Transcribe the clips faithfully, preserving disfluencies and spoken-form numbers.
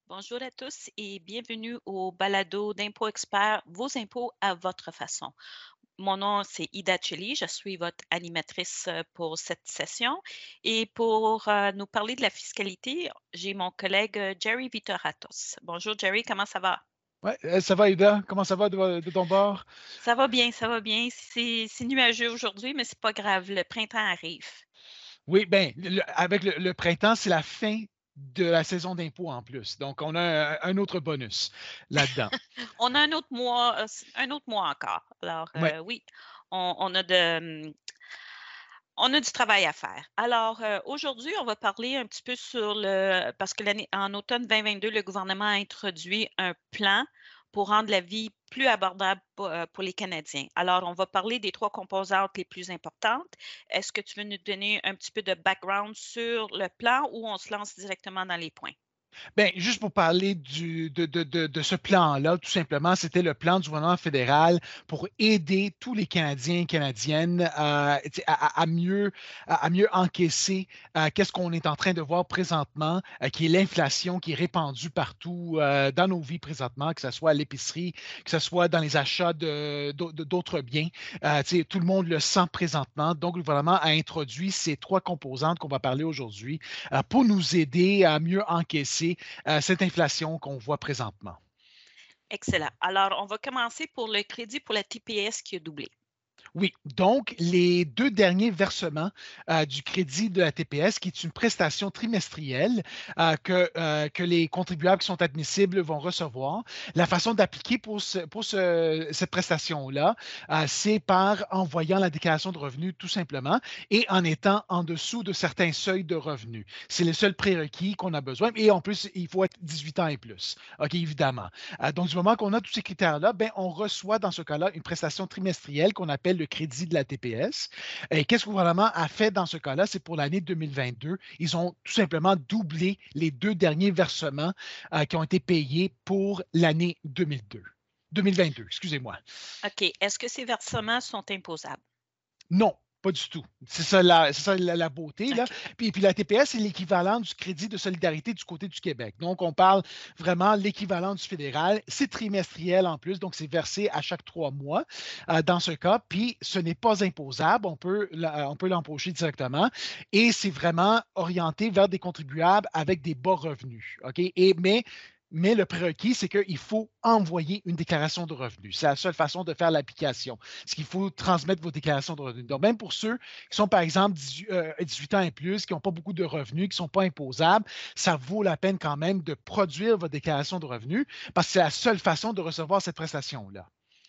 Bonjour à tous et bienvenue au balado d'Impôt Expert, vos impôts à votre façon. Mon nom, c'est Ida Cheli, je suis votre animatrice euh, pour cette session. Et pour euh, nous parler de la fiscalité, j'ai mon collègue euh, Jerry Vitoratos. Bonjour Jerry, comment ça va? Ouais, euh, ça va, Ida? Comment ça va de, de ton bord? Ça va bien, ça va bien. C'est c'est nuageux aujourd'hui, mais c'est pas grave, le printemps arrive. Oui, bien, avec le, le printemps, c'est la fin de la saison d'impôt en plus. Donc, on a un, un autre bonus là-dedans. On a un autre mois, euh, un autre mois encore. Alors Oui, euh, oui, on, on a de, On a du travail à faire. Alors, euh, aujourd'hui, on va parler un petit peu sur le, parce que l'année, en automne deux mille vingt-deux, le gouvernement a introduit un plan pour rendre la vie plus abordable pour, euh, pour les Canadiens. Alors, on va parler des trois composantes les plus importantes. Est-ce que tu veux nous donner un petit peu de background sur le plan ou on se lance directement dans les points? bien, juste pour parler du, de, de, de, de ce plan-là, tout simplement, c'était le plan du gouvernement fédéral pour aider tous les Canadiens et Canadiennes à, à, à mieux, à, mieux encaisser euh, qu'est-ce qu'on est en train de voir présentement, euh, qui est l'inflation qui est répandue partout euh, dans nos vies présentement, que ce soit à l'épicerie, que ce soit dans les achats de, de, d'autres biens. Euh, tout le monde le sent présentement. Donc, le gouvernement a introduit ces trois composantes qu'on va parler aujourd'hui euh, pour nous aider à mieux encaisser euh, cette inflation qu'on voit présentement. Excellent. Alors, on va commencer pour le crédit pour la T P S qui a doublé. Oui, donc les deux derniers versements euh, du crédit de la T P S, qui est une prestation trimestrielle euh, que, euh, que les contribuables qui sont admissibles vont recevoir. La façon d'appliquer pour, ce, pour ce, cette prestation-là, euh, c'est par envoyant la déclaration de revenus tout simplement et en étant en dessous de certains seuils de revenus. C'est le seul prérequis qu'on a besoin. Et en plus, il faut être dix-huit ans et plus. OK, évidemment. Euh, donc, du moment qu'on a tous ces critères-là, ben, on reçoit dans ce cas-là une prestation trimestrielle qu'on appelle le crédit de la T P S. Et qu'est-ce que le gouvernement a fait dans ce cas-là? C'est pour l'année deux mille vingt-deux. Ils ont tout simplement doublé les deux derniers versements euh, qui ont été payés pour l'année deux mille deux. deux mille vingt-deux, excusez-moi. OK. Est-ce que ces versements sont imposables? Non, pas du tout. C'est ça la, c'est ça la, la beauté, là. OK. Puis, puis la T P S, c'est l'équivalent du crédit de solidarité du côté du Québec. Donc, on parle vraiment l'équivalent du fédéral. C'est trimestriel en plus, donc c'est versé à chaque trois mois euh, dans ce cas. Puis, ce n'est pas imposable. On peut, la- on peut l'empocher directement. Et c'est vraiment orienté vers des contribuables avec des bas revenus. OK? Et, mais mais le prérequis, c'est qu'il faut envoyer une déclaration de revenus. C'est la seule façon de faire l'application. C'est qu'il faut transmettre vos déclarations de revenus. Donc, même pour ceux qui sont, par exemple, dix-huit, euh, dix-huit ans et plus, qui n'ont pas beaucoup de revenus, qui ne sont pas imposables, ça vaut la peine quand même de produire votre déclaration de revenus parce que c'est la seule façon de recevoir cette prestation-là.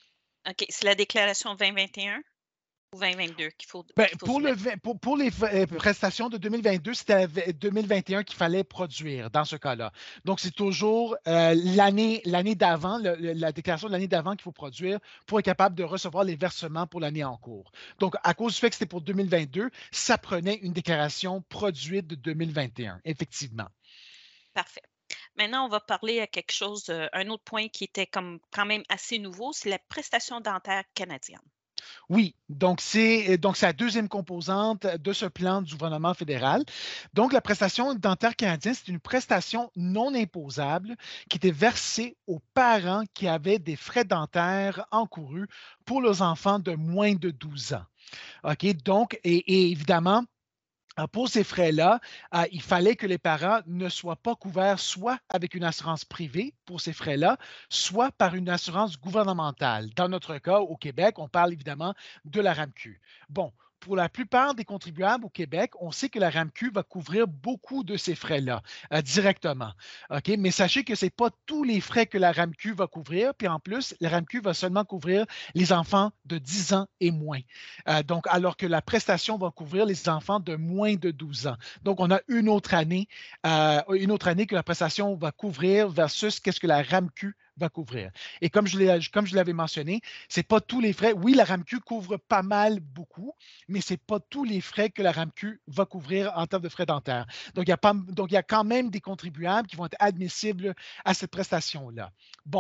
OK. C'est la déclaration vingt vingt et un ou vingt vingt-deux qu'il faut, Ben, qu'il faut pour, le, soumettre? vingt- pour, pour les euh, prestations de deux mille vingt-deux, c'était la deux mille vingt et un qu'il fallait produire dans ce cas-là. Donc, c'est toujours euh, l'année, l'année d'avant, le- le- la déclaration de l'année d'avant qu'il faut produire pour être capable de recevoir les versements pour l'année en cours. Donc, à cause du fait que c'était pour deux mille vingt-deux, ça prenait une déclaration produite de deux mille vingt et un, effectivement. Parfait. Maintenant, on va parler à quelque chose, euh, un autre point qui était comme quand même assez nouveau, c'est la prestation dentaire canadienne. Oui, donc c'est donc c'est la deuxième composante de ce plan du gouvernement fédéral. Donc, la prestation dentaire canadienne, c'est une prestation non imposable qui était versée aux parents qui avaient des frais dentaires encourus pour leurs enfants de moins de douze ans. OK? Donc, et, et évidemment, euh, pour ces frais-là, euh, il fallait que les parents ne soient pas couverts soit avec une assurance privée pour ces frais-là, soit par une assurance gouvernementale. Dans notre cas, au Québec, on parle évidemment de la RAMQ. Bon, pour la plupart des contribuables au Québec, on sait que la RAMQ va couvrir beaucoup de ces frais-là euh, directement. OK? Mais sachez que ce n'est pas tous les frais que la RAMQ va couvrir. Puis en plus, la RAMQ va seulement couvrir les enfants de dix ans et moins. Euh, donc, alors que la prestation va couvrir les enfants de moins de douze ans. Donc, on a une autre année, euh, une autre année que la prestation va couvrir versus qu'est-ce que la RAMQ va couvrir. Et comme je l'ai, comme je l'avais mentionné, c'est pas tous les frais. Oui, la RAMQ couvre pas mal beaucoup, mais c'est pas tous les frais que la RAMQ va couvrir en termes de frais dentaires. Donc, il y a pas, donc, il y a quand même des contribuables qui vont être admissibles à cette prestation-là. Bon,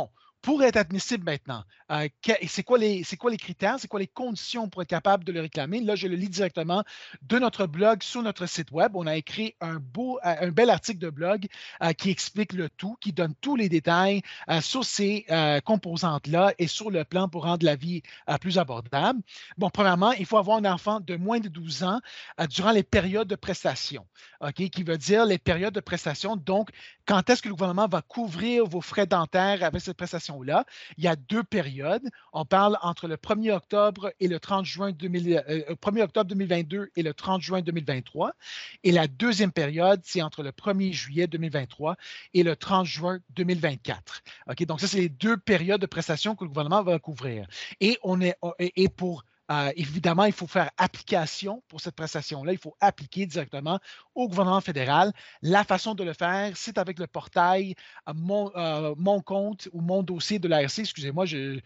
pour être admissible maintenant, euh, c'est quoi, quoi les critères, c'est quoi les conditions pour être capable de le réclamer? Là, je le lis directement de notre blog sur notre site web. On a écrit un, beau, un bel article de blog euh, qui explique le tout, qui donne tous les détails euh, sur ces euh, composantes-là et sur le plan pour rendre la vie euh, plus abordable. Bon, premièrement, il faut avoir un enfant de moins de douze ans euh, durant les périodes de prestation, OK, qui veut dire les périodes de prestation. Donc, quand est-ce que le gouvernement va couvrir vos frais dentaires avec cette prestation-là? Il y a deux périodes. On parle entre le premier octobre et le trente juin deux mille, euh, premier octobre deux mille vingt-deux et le trente juin deux mille vingt-trois. Et la deuxième période, c'est entre le premier juillet deux mille vingt-trois et le trente juin deux mille vingt-quatre. OK, donc ça, c'est les deux périodes de prestations que le gouvernement va couvrir. Et, on est, et pour Euh, évidemment, il faut faire application pour cette prestation-là. Il faut appliquer directement au gouvernement fédéral. La façon de le faire, c'est avec le portail euh, mon, euh, mon compte ou mon dossier de l'A R C. Excusez-moi, je,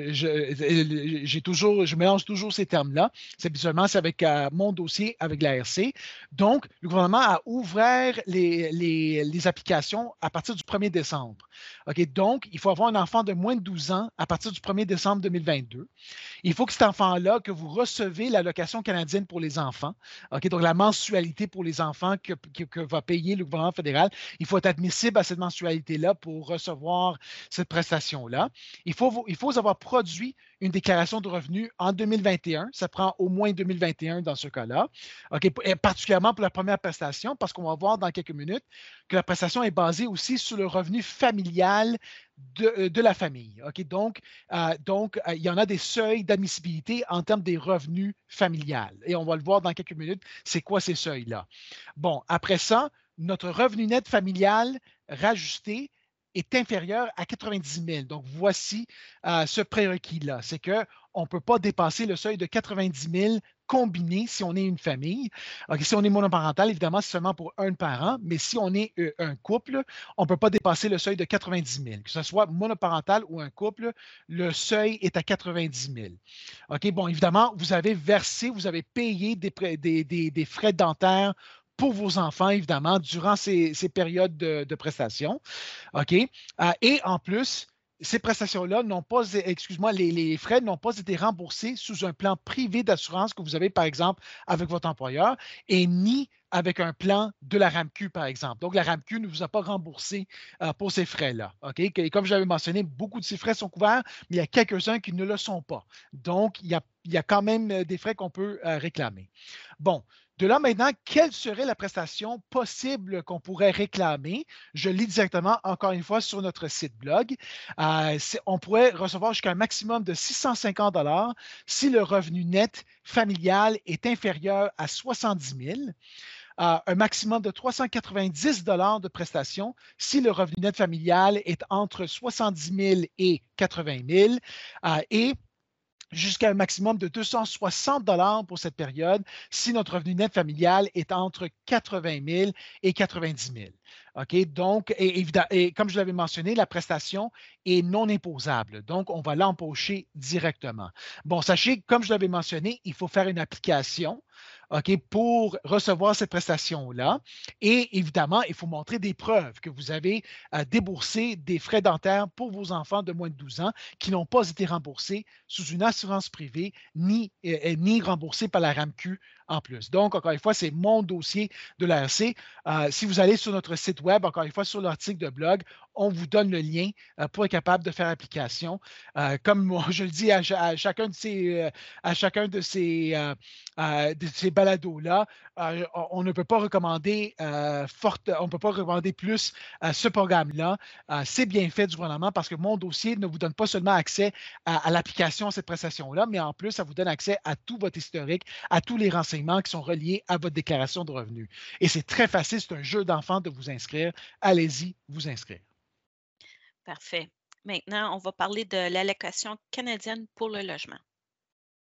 je, j'ai toujours, je mélange toujours ces termes-là. C'est habituellement c'est avec euh, mon dossier avec l'A R C. Donc, le gouvernement a ouvert les, les, les applications à partir du premier décembre. OK, donc, il faut avoir un enfant de moins de douze ans à partir du premier décembre deux mille vingt-deux. Il faut que cet enfant-là, que vous recevez l'allocation canadienne pour les enfants, OK, donc la mensualité pour les enfants que, que, que va payer le gouvernement fédéral, il faut être admissible à cette mensualité-là pour recevoir cette prestation-là. Il faut, il faut avoir produit une déclaration de revenus en deux mille vingt et un. Ça prend au moins deux mille vingt et un dans ce cas-là, OK, et particulièrement pour la première prestation, parce qu'on va voir dans quelques minutes que la prestation est basée aussi sur le revenu familial de, de la famille. OK, donc, euh, donc euh, il y en a des seuils d'admissibilité en termes des revenus familiales. Et on va le voir dans quelques minutes, c'est quoi ces seuils-là. Bon, après ça, notre revenu net familial rajusté est inférieur à quatre-vingt-dix mille. Donc, voici euh, ce prérequis-là. C'est qu'on ne peut pas dépasser le seuil de quatre-vingt-dix mille combiné si on est une famille. Okay, si on est monoparental, évidemment, c'est seulement pour un parent, mais si on est euh, un couple, on ne peut pas dépasser le seuil de quatre-vingt-dix mille. Que ce soit monoparental ou un couple, le seuil est à quatre-vingt-dix mille. OK, bon, évidemment, vous avez versé, vous avez payé des, des, des, des frais dentaires pour vos enfants, évidemment, durant ces, ces périodes de, de prestations. OK? Euh, et en plus, ces prestations-là n'ont pas, excuse-moi, les, les frais n'ont pas été remboursés sous un plan privé d'assurance que vous avez, par exemple, avec votre employeur et ni avec un plan de la R A M Q, par exemple. Donc, la R A M Q ne vous a pas remboursé euh, pour ces frais-là. OK? Et comme je l'avais mentionné, beaucoup de ces frais sont couverts, mais il y a quelques-uns qui ne le sont pas. Donc, il y a, il y a quand même des frais qu'on peut euh, réclamer. Bon. De là maintenant, quelle serait la prestation possible qu'on pourrait réclamer? Je lis directement, encore une fois, sur notre site blog. Euh, on pourrait recevoir jusqu'à un maximum de six cent cinquante dollars si le revenu net familial est inférieur à soixante-dix mille. Euh, un maximum de trois cent quatre-vingt-dix dollars de prestations si le revenu net familial est entre soixante-dix mille et quatre-vingt mille. Euh, et jusqu'à un maximum de deux cent soixante dollars pour cette période si notre revenu net familial est entre quatre-vingt mille et quatre-vingt-dix mille. OK? Donc, et, et comme je l'avais mentionné, la prestation est non imposable. Donc, on va l'empocher directement. Bon, sachez, comme je l'avais mentionné, il faut faire une application. OK, pour recevoir cette prestation-là. Et évidemment, il faut montrer des preuves que vous avez euh, déboursé des frais dentaires pour vos enfants de moins de douze ans qui n'ont pas été remboursés sous une assurance privée ni, euh, ni remboursés par la R A M Q en plus. Donc, encore une fois, c'est mon dossier de l'A R C. Euh, si vous allez sur notre site web, encore une fois, sur l'article de blog, on vous donne le lien euh, pour être capable de faire application. Euh, comme moi, je le dis à, à chacun de ces, euh, à chacun de ces, euh, euh, de ces balados-là, euh, on, on ne peut pas recommander euh, forte, on ne peut pas recommander plus euh, ce programme-là. Euh, c'est bien fait du gouvernement parce que mon dossier ne vous donne pas seulement accès à, à l'application à cette prestation-là, mais en plus, ça vous donne accès à tout votre historique, à tous les renseignements qui sont reliés à votre déclaration de revenus. Et c'est très facile, c'est un jeu d'enfant de vous inscrire. Allez-y, vous inscrire. Parfait. Maintenant, on va parler de l'allocation canadienne pour le logement.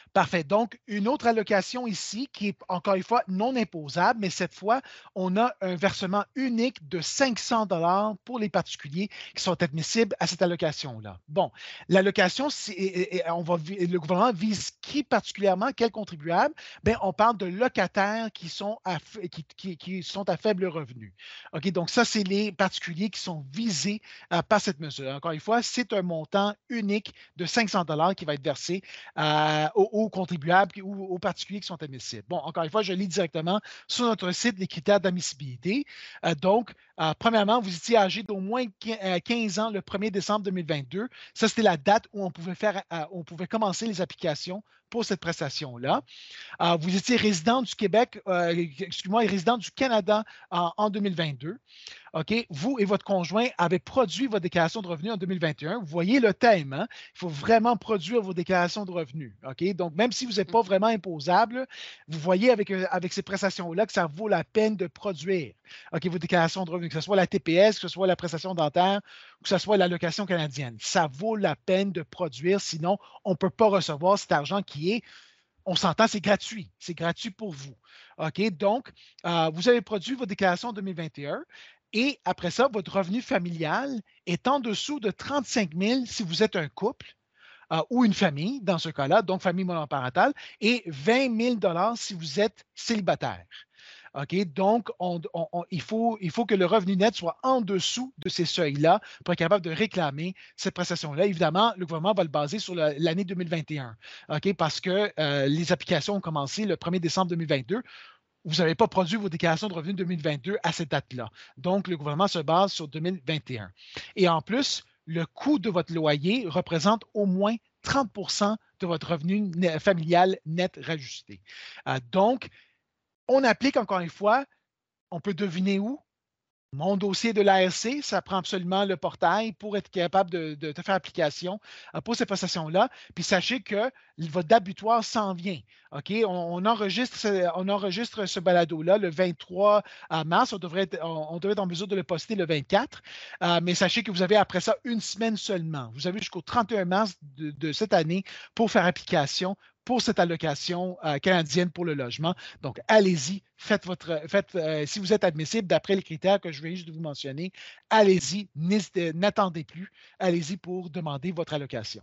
Parfait. Donc, une autre allocation ici qui est encore une fois non imposable, mais cette fois, on a un versement unique de cinq cents dollars pour les particuliers qui sont admissibles à cette allocation-là. Bon, l'allocation, on va, le gouvernement vise qui particulièrement, quel contribuable? Bien, on parle de locataires qui sont à, qui, qui, qui sont à faible revenu. OK, donc ça, c'est les particuliers qui sont visés euh, par cette mesure. Encore une fois, c'est un montant unique de cinq cents dollars qui va être versé euh, aux, aux contribuables ou aux particuliers qui sont admissibles. Bon, encore une fois, je lis directement sur notre site les critères d'admissibilité. Euh, donc, euh, premièrement, vous étiez âgé d'au moins quinze ans le premier décembre deux mille vingt-deux. Ça, c'était la date où on pouvait faire, euh, on pouvait commencer les applications pour cette prestation-là. Euh, vous étiez résident du Québec, euh, excusez-moi, résident du Canada en, en deux mille vingt-deux. OK? Vous et votre conjoint avez produit votre déclaration de revenus en deux mille vingt et un. Vous voyez le thème, hein? Il faut vraiment produire vos déclarations de revenus. OK? Donc, même si vous n'êtes pas vraiment imposable, vous voyez avec, avec ces prestations-là que ça vaut la peine de produire OK, vos déclarations de revenus, que ce soit la T P S, que ce soit la prestation dentaire, ou que ce soit l'allocation canadienne. Ça vaut la peine de produire, sinon, on ne peut pas recevoir cet argent qui est on s'entend, c'est gratuit. C'est gratuit pour vous. OK? Donc, euh, vous avez produit vos déclarations deux mille vingt et un et après ça, votre revenu familial est en dessous de trente-cinq mille si vous êtes un couple euh, ou une famille, dans ce cas-là, donc famille monoparentale, et vingt mille dollars si vous êtes célibataire. OK? Donc, on, on, on, il, faut, il faut que le revenu net soit en dessous de ces seuils-là pour être capable de réclamer cette prestation-là. Évidemment, le gouvernement va le baser sur la, l'année deux mille vingt et un, OK? Parce que euh, les applications ont commencé le premier décembre deux mille vingt-deux. Vous n'avez pas produit vos déclarations de revenus deux mille vingt-deux à cette date-là. Donc, le gouvernement se base sur deux mille vingt et un. Et en plus, le coût de votre loyer représente au moins trente pour cent de votre revenu familial net rajusté. Euh, donc, on applique encore une fois, on peut deviner où? Mon dossier de l'A R C, ça prend absolument le portail pour être capable de, de, de faire application euh, pour ces prestations-là. Puis sachez que votre date butoir s'en vient. OK? On, on, enregistre, on enregistre ce balado-là le vingt-trois mars. On devrait, être, on, on devrait être en mesure de le poster le vingt-quatre. Euh, mais sachez que vous avez après ça une semaine seulement. Vous avez jusqu'au trente et un mars de, de cette année pour faire application pour cette allocation euh, canadienne pour le logement. Donc, allez-y, faites votre, faites, euh, si vous êtes admissible d'après les critères que je viens juste de vous mentionner, allez-y, n'attendez plus, allez-y pour demander votre allocation.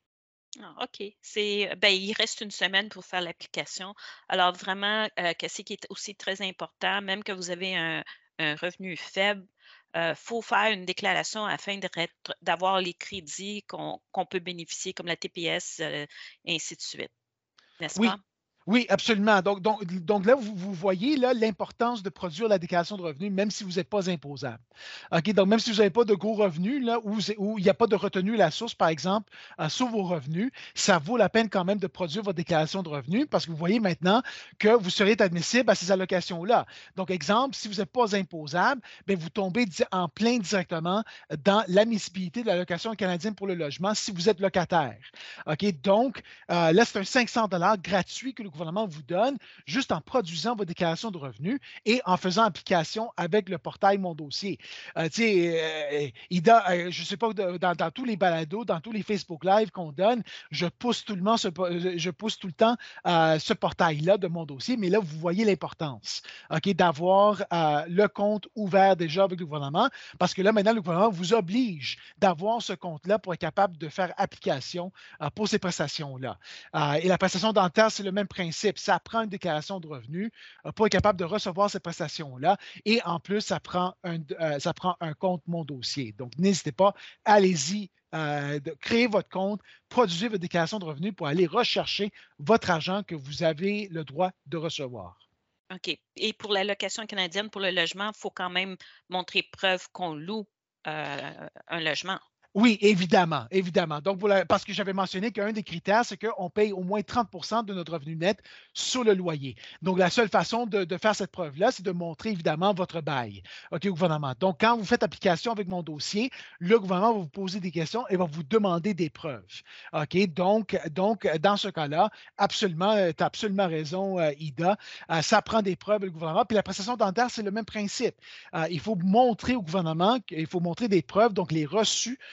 Ah, OK. C'est, ben, il reste une semaine pour faire l'application. Alors, vraiment, euh, qu'est-ce qui est aussi très important, même que vous avez un, un revenu faible, il euh, faut faire une déclaration afin de, d'avoir les crédits qu'on, qu'on peut bénéficier, comme la T P S, euh, et ainsi de suite. N'est-ce Oui. pas? Oui, absolument. Donc, donc, donc là, vous, vous voyez là, l'importance de produire la déclaration de revenus, même si vous n'êtes pas imposable. OK? Donc, même si vous n'avez pas de gros revenus, là, où, où il n'y a pas de retenue à la source, par exemple, euh, sur vos revenus, ça vaut la peine quand même de produire votre déclaration de revenus parce que vous voyez maintenant que vous serez admissible à ces allocations-là. Donc, exemple, si vous n'êtes pas imposable, bien, vous tombez en plein directement dans l'admissibilité de l'allocation canadienne pour le logement si vous êtes locataire. OK? Donc, euh, là, c'est un cinq cents dollars gratuit que le gouvernement vous donne juste en produisant vos déclarations de revenus et en faisant application avec le portail Mon Dossier. Euh, tu sais, euh, Ida, euh, je ne sais pas, dans, dans tous les balados, dans tous les Facebook Live qu'on donne, je pousse tout le, monde ce, je pousse tout le temps euh, ce portail-là de Mon Dossier, mais là, vous voyez l'importance okay, d'avoir euh, le compte ouvert déjà avec le gouvernement parce que là, maintenant, le gouvernement vous oblige d'avoir ce compte-là pour être capable de faire application euh, pour ces prestations-là. Euh, et la prestation dentaire, c'est le même principe. Ça prend une déclaration de revenus euh, pour être capable de recevoir ces prestations-là. Et en plus, ça prend un, euh, ça prend un compte Mon Dossier. Donc, n'hésitez pas, allez-y, euh, créez votre compte, produisez votre déclaration de revenus pour aller rechercher votre argent que vous avez le droit de recevoir. OK. Et pour l'allocation canadienne pour le logement, il faut quand même montrer preuve qu'on loue euh, un logement. Oui, évidemment, évidemment. Donc, la, parce que j'avais mentionné qu'un des critères, c'est qu'on paye au moins trente pour cent de notre revenu net sur le loyer. Donc, la seule façon de, de faire cette preuve-là, c'est de montrer évidemment votre bail OK, au gouvernement. Donc, quand vous faites application avec Mon Dossier, le gouvernement va vous poser des questions et va vous demander des preuves. OK, donc, donc dans ce cas-là, absolument, tu as absolument raison, euh, Ida. Euh, ça prend des preuves, le gouvernement. Puis la prestation dentaire, c'est le même principe. Euh, il faut montrer au gouvernement, il faut montrer des preuves, donc les reçus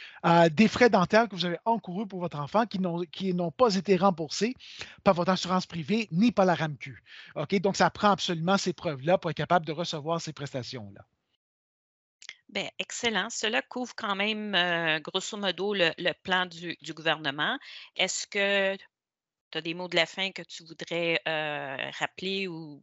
euh, des frais dentaires que vous avez encourus pour votre enfant qui n'ont qui n'ont pas été remboursés par votre assurance privée ni par la RAMQ. OK? Donc, ça prend absolument ces preuves-là pour être capable de recevoir ces prestations-là. Bien, excellent. Cela couvre quand même, euh, grosso modo, le, le plan du, du gouvernement. Est-ce que tu as des mots de la fin que tu voudrais euh, rappeler ou,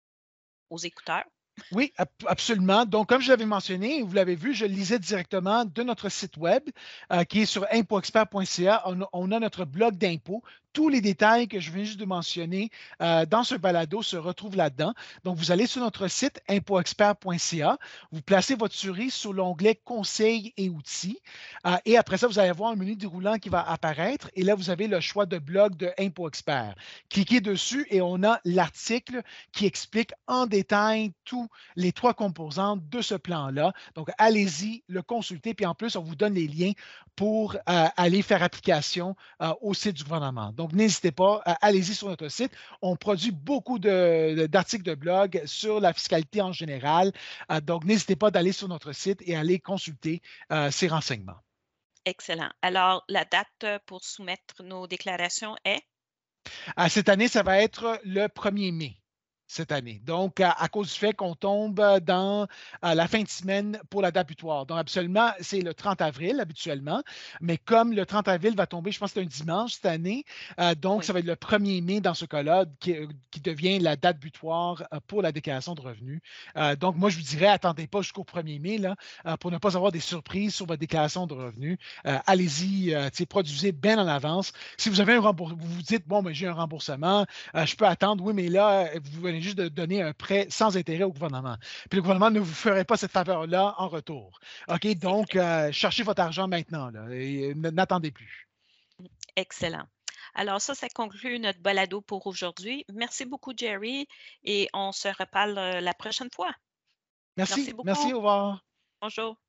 aux écouteurs? Oui, ab- absolument. Donc, comme je l'avais mentionné, vous l'avez vu, je le lisais directement de notre site web euh, qui est sur impoexpert point c a. On, a on a notre blog d'impôts. Tous les détails que je viens juste de mentionner euh, dans ce balado se retrouvent là-dedans. Donc, vous allez sur notre site impoexpert point c a, vous placez votre souris sur l'onglet Conseils et outils. euh, et après ça, vous allez avoir un menu déroulant qui va apparaître. Et là, vous avez le choix de blog de ImpoExpert. Cliquez dessus et on a l'article qui explique en détail tous les trois composantes de ce plan-là. Donc, allez-y, le consulter, puis en plus, on vous donne les liens pour euh, aller faire application euh, au site du gouvernement. Donc, n'hésitez pas, euh, allez-y sur notre site. On produit beaucoup de- de- d'articles de blog sur la fiscalité en général. Euh, donc, n'hésitez pas d'aller sur notre site et aller consulter euh, ces renseignements. Excellent. Alors, la date pour soumettre nos déclarations est? Euh, cette année, ça va être le premier mai. Cette année. Donc, à, à cause du fait qu'on tombe dans à la fin de semaine pour la date butoir. Donc, absolument, c'est le trente avril habituellement, mais comme le trente avril va tomber, je pense que c'est un dimanche cette année, euh, donc ça Oui. va être le premier mai dans ce cas-là qui, qui devient la date butoir euh, pour la déclaration de revenus. Euh, donc, moi, je vous dirais, attendez pas jusqu'au premier mai là, euh, pour ne pas avoir des surprises sur votre déclaration de revenus. Euh, allez-y, euh, produisez bien en avance. Si vous avez un remboursement, vous vous dites, bon, mais j'ai un remboursement, euh, je peux attendre, oui, mais là, vous venez juste de donner un prêt sans intérêt au gouvernement. Puis le gouvernement ne vous ferait pas cette faveur-là en retour. OK? C'est Donc, vrai. euh, cherchez votre argent maintenant, là, et euh, n'attendez plus. Excellent. Alors ça, ça conclut notre balado pour aujourd'hui. Merci beaucoup, Jerry, et on se reparle euh, la prochaine fois. Merci. Merci Merci, beaucoup. au revoir. Bonjour.